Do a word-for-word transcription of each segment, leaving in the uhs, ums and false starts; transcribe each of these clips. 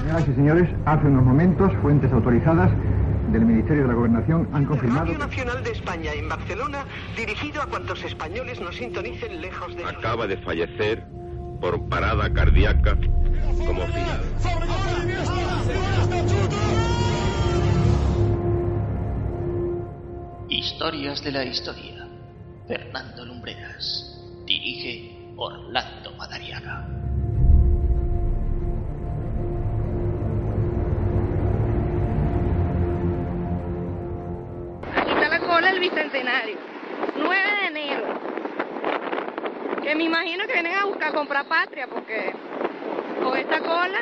Señoras y señores, hace unos momentos, fuentes autorizadas del Ministerio de la Gobernación han confirmado... Radio Nacional de España en Barcelona, dirigido a cuantos españoles nos sintonicen lejos de... Acaba de fallecer por parada cardíaca como final. Historias de la historia. Fernando Lumbreras. Dirige Orlando Madariaga. Aquí está la cola del Bicentenario. nueve de enero. Que me imagino que vienen a buscar comprar patria porque con esta cola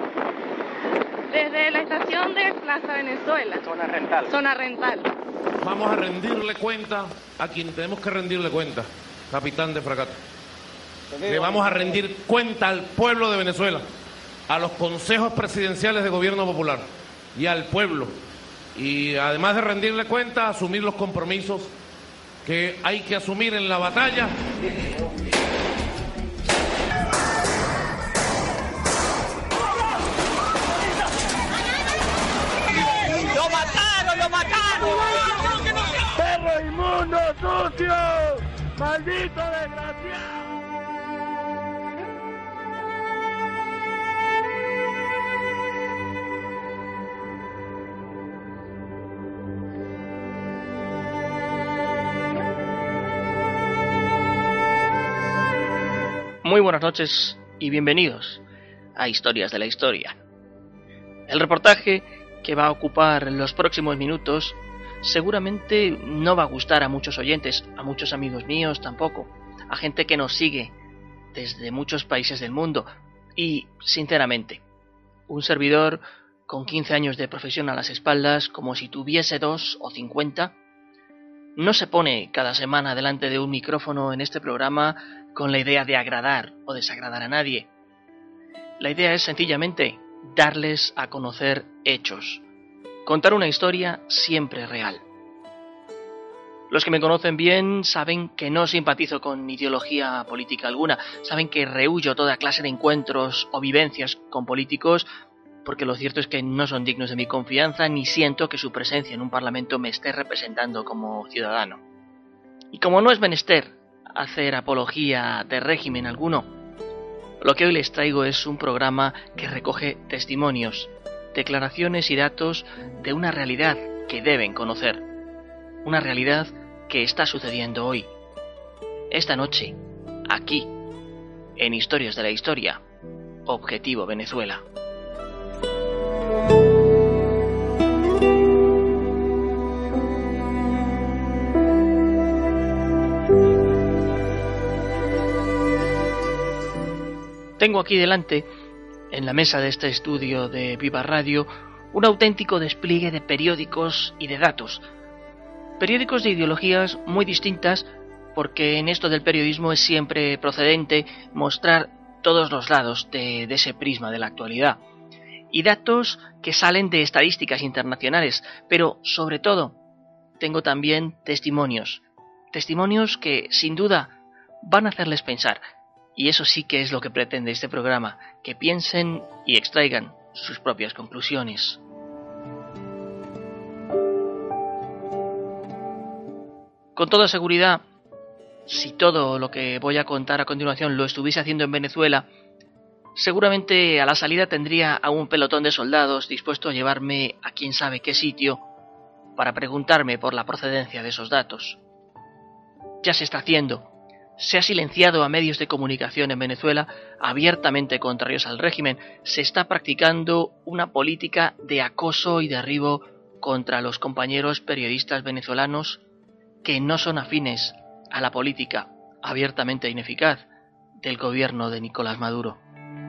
desde la estación de Plaza Venezuela. Zona rental. Zona rental. Vamos a rendirle cuenta a quien tenemos que rendirle cuenta, capitán de fragata. Le vamos a rendir cuenta al pueblo de Venezuela, a los consejos presidenciales de gobierno popular y al pueblo. Y además de rendirle cuenta, asumir los compromisos que hay que asumir en la batalla. ¡Lo mataron, lo mataron! ¡Perro inmundo, sucio! ¡Maldito desgraciado! Muy buenas noches y bienvenidos a Historias de la Historia. El reportaje que va a ocupar los próximos minutos seguramente no va a gustar a muchos oyentes, a muchos amigos míos tampoco, a gente que nos sigue desde muchos países del mundo y, sinceramente, un servidor con quince años de profesión a las espaldas, como si tuviese dos o cincuenta, no se pone cada semana delante de un micrófono en este programa con la idea de agradar o desagradar a nadie. La idea es sencillamente darles a conocer hechos, contar una historia siempre real. Los que me conocen bien saben que no simpatizo con ideología política alguna, saben que rehuyo toda clase de encuentros o vivencias con políticos, porque lo cierto es que no son dignos de mi confianza ni siento que su presencia en un parlamento me esté representando como ciudadano. Y como no es menester hacer apología de régimen alguno, lo que hoy les traigo es un programa que recoge testimonios, declaraciones y datos de una realidad que deben conocer, una realidad que está sucediendo hoy, esta noche, aquí, en Historias de la Historia, Objetivo Venezuela. Tengo aquí delante, en la mesa de este estudio de Viva Radio, un auténtico despliegue de periódicos y de datos. Periódicos de ideologías muy distintas, porque en esto del periodismo es siempre procedente mostrar todos los lados de, de ese prisma de la actualidad. Y datos que salen de estadísticas internacionales, pero sobre todo tengo también testimonios. Testimonios que sin duda van a hacerles pensar. Y eso sí que es lo que pretende este programa, que piensen y extraigan sus propias conclusiones. Con toda seguridad, si todo lo que voy a contar a continuación lo estuviese haciendo en Venezuela, seguramente a la salida tendría a un pelotón de soldados dispuesto a llevarme a quién sabe qué sitio para preguntarme por la procedencia de esos datos. Ya se está haciendo. Se ha silenciado a medios de comunicación en Venezuela abiertamente contrarios al régimen. Se está practicando una política de acoso y derribo contra los compañeros periodistas venezolanos que no son afines a la política abiertamente ineficaz del gobierno de Nicolás Maduro.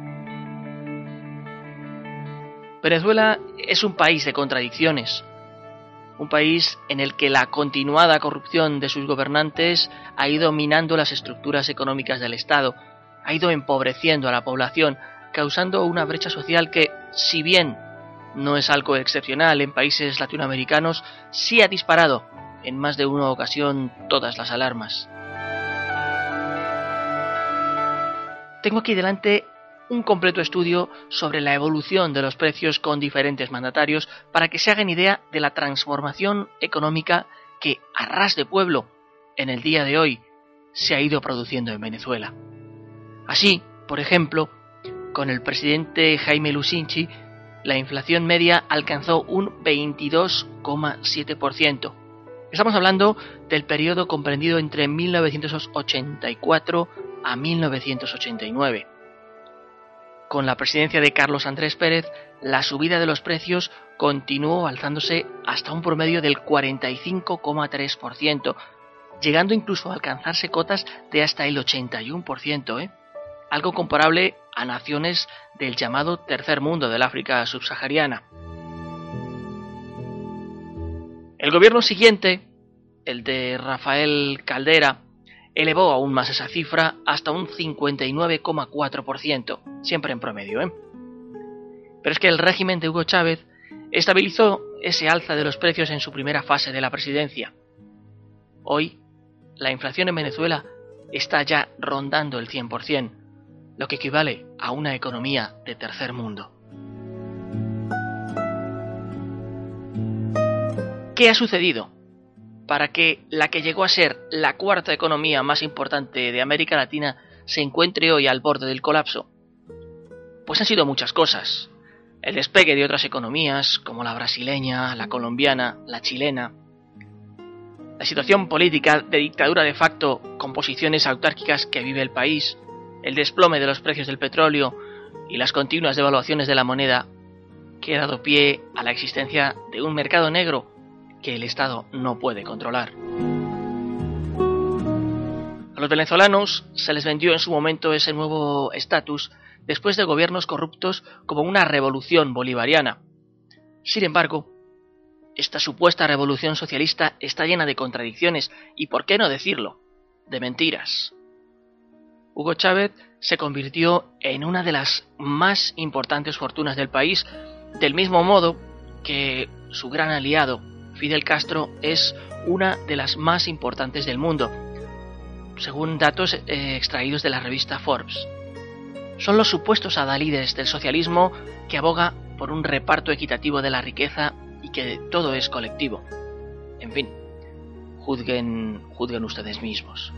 Venezuela es un país de contradicciones. Un país en el que la continuada corrupción de sus gobernantes ha ido minando las estructuras económicas del Estado, ha ido empobreciendo a la población, causando una brecha social que, si bien no es algo excepcional en países latinoamericanos, sí ha disparado en más de una ocasión todas las alarmas. Tengo aquí delante un completo estudio sobre la evolución de los precios con diferentes mandatarios para que se hagan idea de la transformación económica que, a ras de pueblo, en el día de hoy, se ha ido produciendo en Venezuela. Así, por ejemplo, con el presidente Jaime Lusinchi, la inflación media alcanzó un veintidós coma siete por ciento. Estamos hablando del periodo comprendido entre mil novecientos ochenta y cuatro a mil novecientos ochenta y nueve. Con la presidencia de Carlos Andrés Pérez, la subida de los precios continuó alzándose hasta un promedio del cuarenta y cinco coma tres por ciento, llegando incluso a alcanzarse cotas de hasta el ochenta y uno por ciento, ¿eh? Algo comparable a naciones del llamado tercer mundo del África subsahariana. El gobierno siguiente, el de Rafael Caldera, elevó aún más esa cifra hasta un cincuenta y nueve coma cuatro por ciento, siempre en promedio, ¿eh? Pero es que el régimen de Hugo Chávez estabilizó ese alza de los precios en su primera fase de la presidencia. Hoy, la inflación en Venezuela está ya rondando el cien por ciento, lo que equivale a una economía de tercer mundo. ¿Qué ha sucedido para que la que llegó a ser la cuarta economía más importante de América Latina se encuentre hoy al borde del colapso? Pues han sido muchas cosas. El despegue de otras economías, como la brasileña, la colombiana, la chilena. La situación política de dictadura de facto con posiciones autárquicas que vive el país. El desplome de los precios del petróleo y las continuas devaluaciones de la moneda, que ha dado pie a la existencia de un mercado negro que el Estado no puede controlar. A los venezolanos se les vendió en su momento ese nuevo estatus después de gobiernos corruptos como una revolución bolivariana. Sin embargo, esta supuesta revolución socialista está llena de contradicciones y, por qué no decirlo, de mentiras. Hugo Chávez se convirtió en una de las más importantes fortunas del país, del mismo modo que su gran aliado, Fidel Castro, es una de las más importantes del mundo, según datos eh, extraídos de la revista Forbes. Son los supuestos adalides del socialismo que aboga por un reparto equitativo de la riqueza y que todo es colectivo. En fin, juzguen, juzguen ustedes mismos.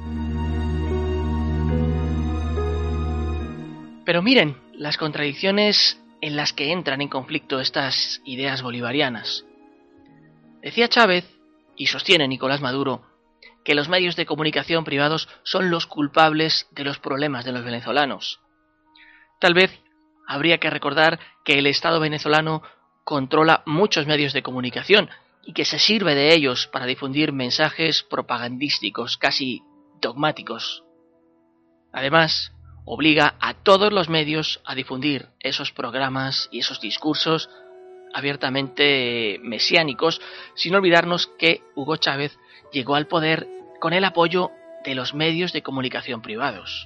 Pero miren las contradicciones en las que entran en conflicto estas ideas bolivarianas. Decía Chávez, y sostiene Nicolás Maduro, que los medios de comunicación privados son los culpables de los problemas de los venezolanos. Tal vez habría que recordar que el Estado venezolano controla muchos medios de comunicación y que se sirve de ellos para difundir mensajes propagandísticos casi dogmáticos. Además, obliga a todos los medios a difundir esos programas y esos discursos abiertamente mesiánicos, sin olvidarnos que Hugo Chávez llegó al poder con el apoyo de los medios de comunicación privados.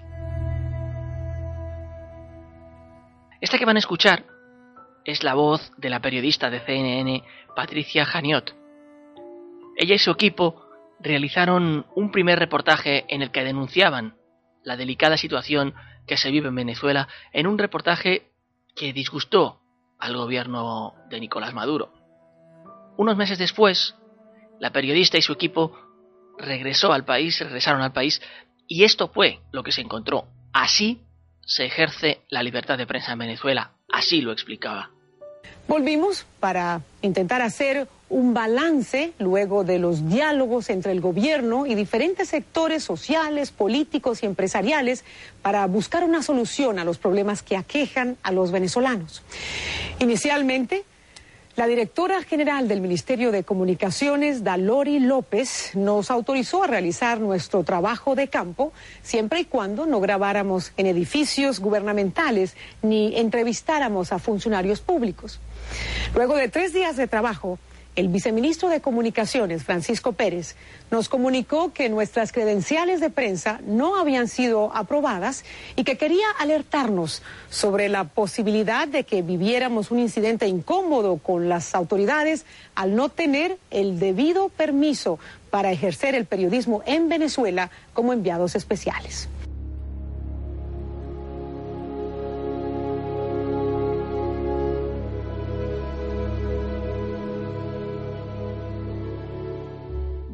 Esta que van a escuchar es la voz de la periodista de C N N, Patricia Janiot. Ella y su equipo realizaron un primer reportaje en el que denunciaban la delicada situación que se vive en Venezuela, en un reportaje que disgustó al gobierno de Nicolás Maduro. Unos meses después, la periodista y su equipo regresó al país, regresaron al país, y esto fue lo que se encontró. Así se ejerce la libertad de prensa en Venezuela, así lo explicaba. Volvimos para intentar hacer un balance luego de los diálogos entre el gobierno y diferentes sectores sociales, políticos y empresariales para buscar una solución a los problemas que aquejan a los venezolanos. Inicialmente, la directora general del Ministerio de Comunicaciones, Dalori López, nos autorizó a realizar nuestro trabajo de campo siempre y cuando no grabáramos en edificios gubernamentales ni entrevistáramos a funcionarios públicos. Luego de tres días de trabajo, el viceministro de Comunicaciones, Francisco Pérez, nos comunicó que nuestras credenciales de prensa no habían sido aprobadas y que quería alertarnos sobre la posibilidad de que viviéramos un incidente incómodo con las autoridades al no tener el debido permiso para ejercer el periodismo en Venezuela como enviados especiales.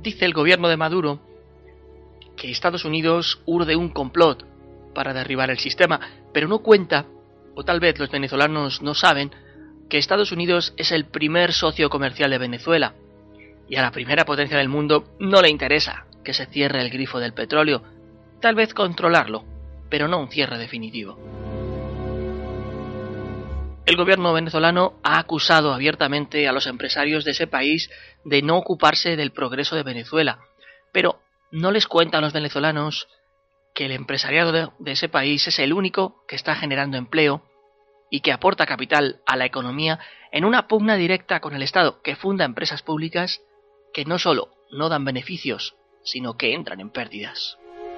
Dice el gobierno de Maduro que Estados Unidos urde un complot para derribar el sistema, pero no cuenta, o tal vez los venezolanos no saben, que Estados Unidos es el primer socio comercial de Venezuela, y a la primera potencia del mundo no le interesa que se cierre el grifo del petróleo, tal vez controlarlo, pero no un cierre definitivo. El gobierno venezolano ha acusado abiertamente a los empresarios de ese país de no ocuparse del progreso de Venezuela, pero no les cuentan a los venezolanos que el empresariado de, de ese país es el único que está generando empleo y que aporta capital a la economía en una pugna directa con el Estado, que funda empresas públicas que no solo no dan beneficios, sino que entran en pérdidas.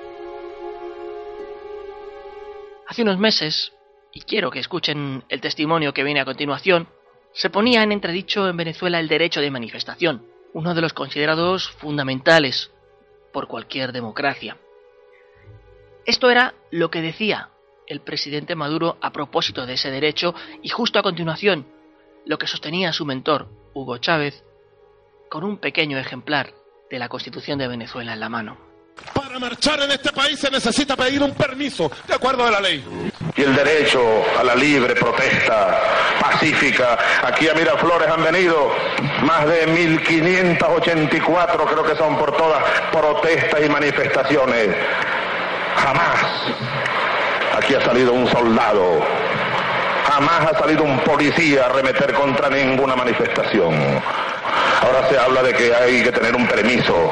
Hace unos meses, y quiero que escuchen el testimonio que viene a continuación, se ponía en entredicho en Venezuela el derecho de manifestación, uno de los considerados fundamentales por cualquier democracia. Esto era lo que decía el presidente Maduro a propósito de ese derecho, y justo a continuación lo que sostenía su mentor, Hugo Chávez, con un pequeño ejemplar de la Constitución de Venezuela en la mano. Para marchar en este país se necesita pedir un permiso, de acuerdo a la ley. Y el derecho a la libre protesta pacífica. Aquí a Miraflores han venido más de mil quinientos ochenta y cuatro, creo que son por todas, protestas y manifestaciones. Jamás aquí ha salido un soldado, jamás ha salido un policía a arremeter contra ninguna manifestación. Ahora se habla de que hay que tener un permiso.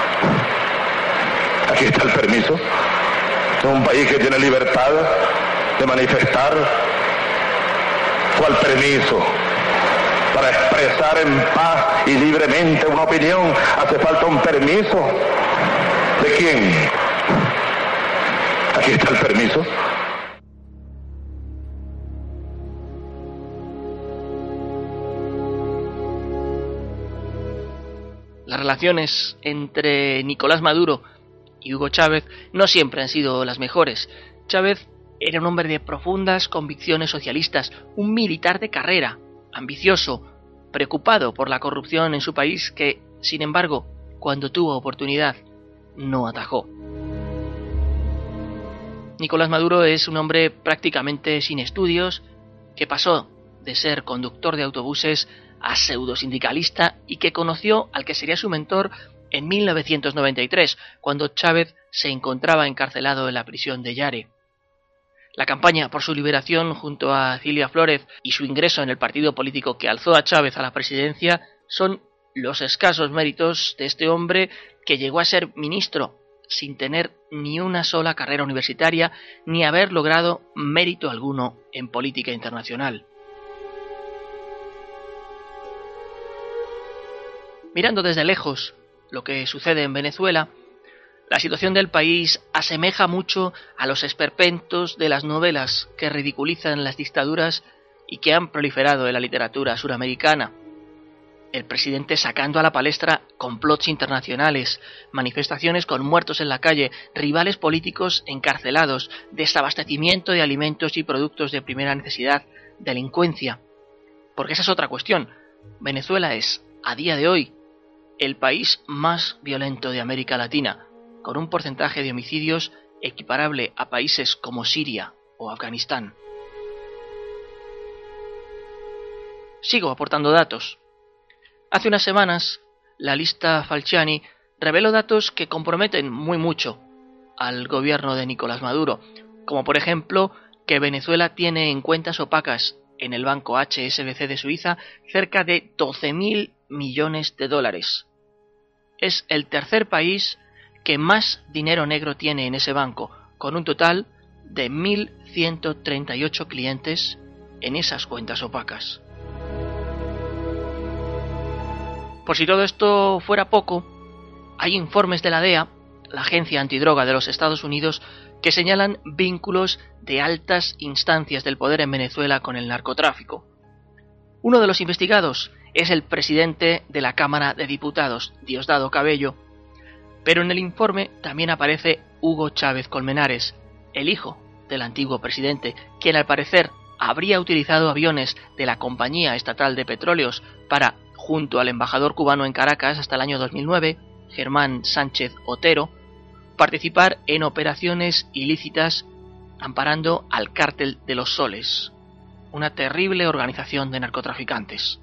Aquí está el permiso. Es un país que tiene libertad de manifestar. ¿Cuál permiso? Para expresar en paz y libremente una opinión hace falta un permiso. ¿De quién? Aquí está el permiso. Las relaciones entre Nicolás Maduro y Hugo Chávez no siempre han sido las mejores. Chávez era un hombre de profundas convicciones socialistas, un militar de carrera, ambicioso, preocupado por la corrupción en su país que, sin embargo, cuando tuvo oportunidad, no atajó. Nicolás Maduro es un hombre prácticamente sin estudios, que pasó de ser conductor de autobuses a pseudosindicalista y que conoció al que sería su mentor en mil novecientos noventa y tres, cuando Chávez se encontraba encarcelado en la prisión de Yare. La campaña por su liberación junto a Cilia Flórez y su ingreso en el partido político que alzó a Chávez a la presidencia son los escasos méritos de este hombre que llegó a ser ministro sin tener ni una sola carrera universitaria ni haber logrado mérito alguno en política internacional. Mirando desde lejos lo que sucede en Venezuela, la situación del país asemeja mucho a los esperpentos de las novelas que ridiculizan las dictaduras y que han proliferado en la literatura suramericana. El presidente sacando a la palestra complots internacionales, manifestaciones con muertos en la calle, rivales políticos encarcelados, desabastecimiento de alimentos y productos de primera necesidad, delincuencia. Porque esa es otra cuestión. Venezuela es, a día de hoy, el país más violento de América Latina, con un porcentaje de homicidios equiparable a países como Siria o Afganistán. Sigo aportando datos. Hace unas semanas, la lista Falciani reveló datos que comprometen muy mucho al gobierno de Nicolás Maduro, como por ejemplo que Venezuela tiene en cuentas opacas en el banco H S B C de Suiza cerca de doce mil millones de dólares. Es el tercer país que más dinero negro tiene en ese banco, con un total de mil ciento treinta y ocho clientes en esas cuentas opacas. Por si todo esto fuera poco, hay informes de la D E A, la agencia antidroga de los Estados Unidos, que señalan vínculos de altas instancias del poder en Venezuela con el narcotráfico. Uno de los investigados es el presidente de la Cámara de Diputados, Diosdado Cabello, pero en el informe también aparece Hugo Chávez Colmenares, el hijo del antiguo presidente, quien al parecer habría utilizado aviones de la Compañía Estatal de Petróleos para, junto al embajador cubano en Caracas hasta el año dos mil nueve, Germán Sánchez Otero, participar en operaciones ilícitas amparando al Cártel de los Soles, una terrible organización de narcotraficantes.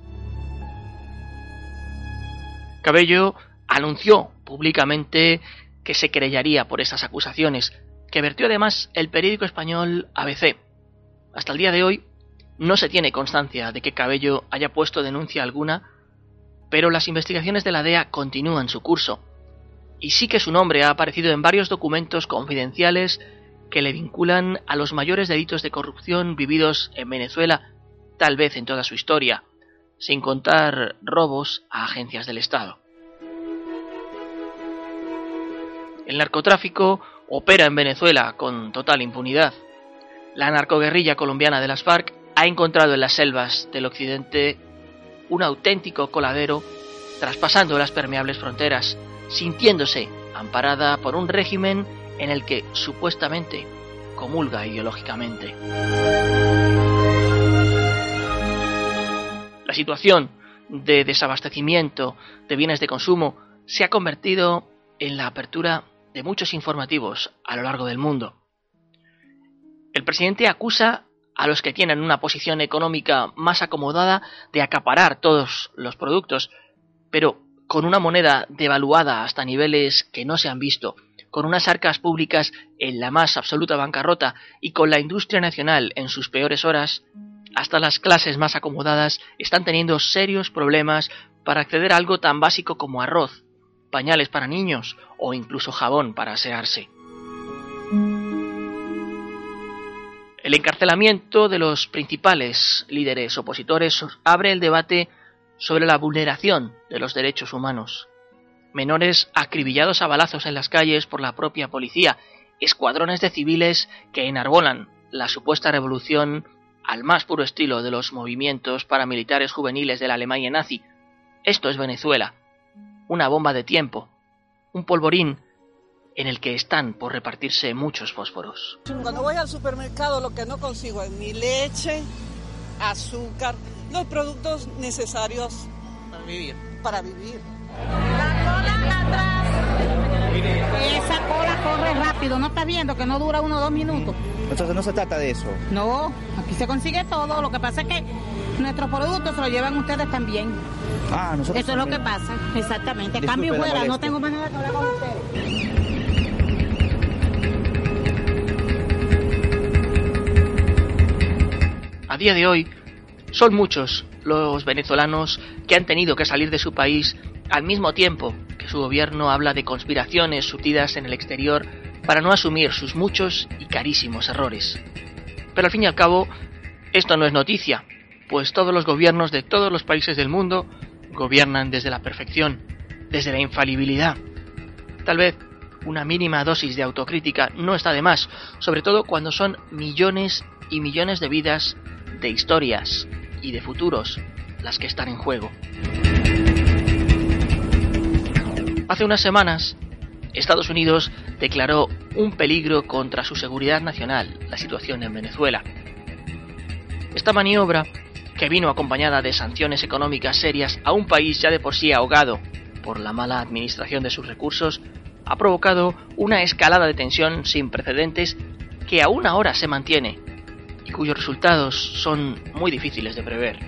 Cabello anunció públicamente que se querellaría por estas acusaciones, que vertió además el periódico español A B C. Hasta el día de hoy no se tiene constancia de que Cabello haya puesto denuncia alguna, pero las investigaciones de la D E A continúan su curso, y sí que su nombre ha aparecido en varios documentos confidenciales que le vinculan a los mayores delitos de corrupción vividos en Venezuela, tal vez en toda su historia, sin contar robos a agencias del Estado. El narcotráfico opera en Venezuela con total impunidad. La narcoguerrilla colombiana de las FARC ha encontrado en las selvas del occidente un auténtico coladero, traspasando las permeables fronteras, sintiéndose amparada por un régimen en el que supuestamente comulga ideológicamente. La situación de desabastecimiento de bienes de consumo se ha convertido en la apertura de muchos informativos a lo largo del mundo. El presidente acusa a los que tienen una posición económica más acomodada de acaparar todos los productos, pero con una moneda devaluada hasta niveles que no se han visto, con unas arcas públicas en la más absoluta bancarrota y con la industria nacional en sus peores horas, hasta las clases más acomodadas están teniendo serios problemas para acceder a algo tan básico como arroz, pañales para niños o incluso jabón para asearse. El encarcelamiento de los principales líderes opositores abre el debate sobre la vulneración de los derechos humanos. Menores acribillados a balazos en las calles por la propia policía, escuadrones de civiles que enarbolan la supuesta revolución al más puro estilo de los movimientos paramilitares juveniles de la Alemania nazi. Esto es Venezuela, una bomba de tiempo, un polvorín en el que están por repartirse muchos fósforos. Cuando voy al supermercado lo que no consigo es ni leche, azúcar, los productos necesarios para vivir. Para vivir. La cola atrás. Esa cola corre rápido, ¿no está viendo que no dura uno o dos minutos? Entonces no se trata de eso. No, aquí se consigue todo. Lo que pasa es que nuestros productos se los llevan ustedes también. Ah, nosotros Eso también. es lo que pasa, exactamente. Disculpe Cambio la fuera, molestia. no tengo manera de hablar con ustedes. A día de hoy, son muchos los venezolanos que han tenido que salir de su país al mismo tiempo que su gobierno habla de conspiraciones surtidas en el exterior para no asumir sus muchos y carísimos errores. Pero al fin y al cabo, esto no es noticia, pues todos los gobiernos de todos los países del mundo gobiernan desde la perfección, desde la infalibilidad. Tal vez una mínima dosis de autocrítica no está de más, sobre todo cuando son millones y millones de vidas, de historias y de futuros las que están en juego. Hace unas semanas, Estados Unidos declaró un peligro contra su seguridad nacional la situación en Venezuela. Esta maniobra, que vino acompañada de sanciones económicas serias a un país ya de por sí ahogado por la mala administración de sus recursos, ha provocado una escalada de tensión sin precedentes que aún ahora se mantiene y cuyos resultados son muy difíciles de prever.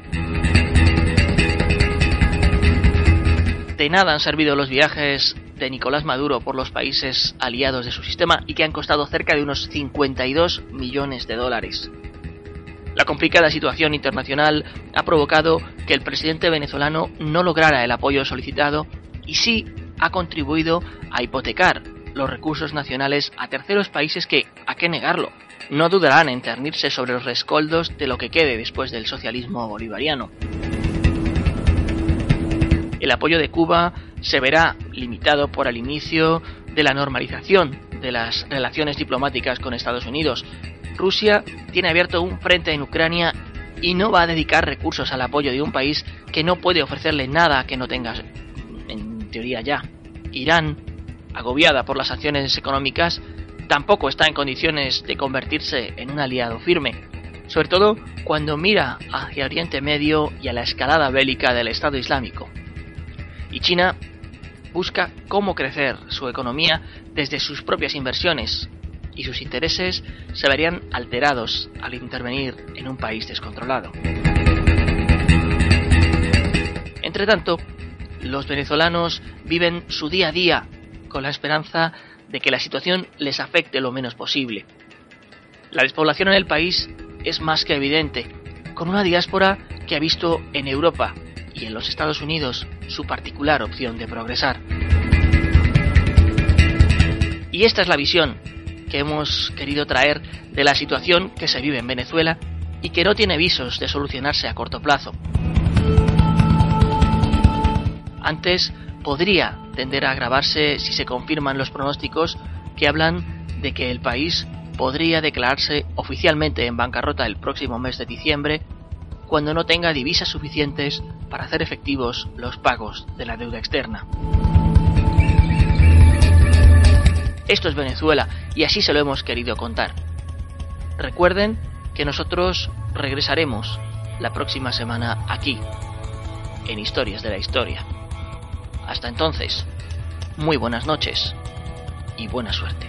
De nada han servido los viajes de Nicolás Maduro por los países aliados de su sistema y que han costado cerca de unos cincuenta y dos millones de dólares. La complicada situación internacional ha provocado que el presidente venezolano no lograra el apoyo solicitado y sí ha contribuido a hipotecar los recursos nacionales a terceros países que, a qué negarlo, no dudarán en cernirse sobre los rescoldos de lo que quede después del socialismo bolivariano. El apoyo de Cuba se verá limitado por el inicio de la normalización de las relaciones diplomáticas con Estados Unidos. Rusia tiene abierto un frente en Ucrania y no va a dedicar recursos al apoyo de un país que no puede ofrecerle nada que no tenga, en teoría ya. Irán, agobiada por las sanciones económicas, tampoco está en condiciones de convertirse en un aliado firme, sobre todo cuando mira hacia Oriente Medio y a la escalada bélica del Estado Islámico. Y China busca cómo crecer su economía desde sus propias inversiones, y sus intereses se verían alterados al intervenir en un país descontrolado. Entretanto, los venezolanos viven su día a día con la esperanza de que la situación les afecte lo menos posible. La despoblación en el país es más que evidente, con una diáspora que ha visto en Europa y en los Estados Unidos su particular opción de progresar. Y esta es la visión que hemos querido traer de la situación que se vive en Venezuela y que no tiene visos de solucionarse a corto plazo. Antes podría tender a agravarse si se confirman los pronósticos que hablan de que el país podría declararse oficialmente en bancarrota el próximo mes de diciembre, cuando no tenga divisas suficientes para hacer efectivos los pagos de la deuda externa. Esto es Venezuela y así se lo hemos querido contar. Recuerden que nosotros regresaremos la próxima semana aquí, en Historias de la Historia. Hasta entonces, muy buenas noches y buena suerte.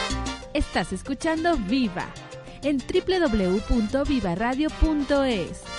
Estás escuchando Viva en doble u doble u doble u punto viva radio punto es.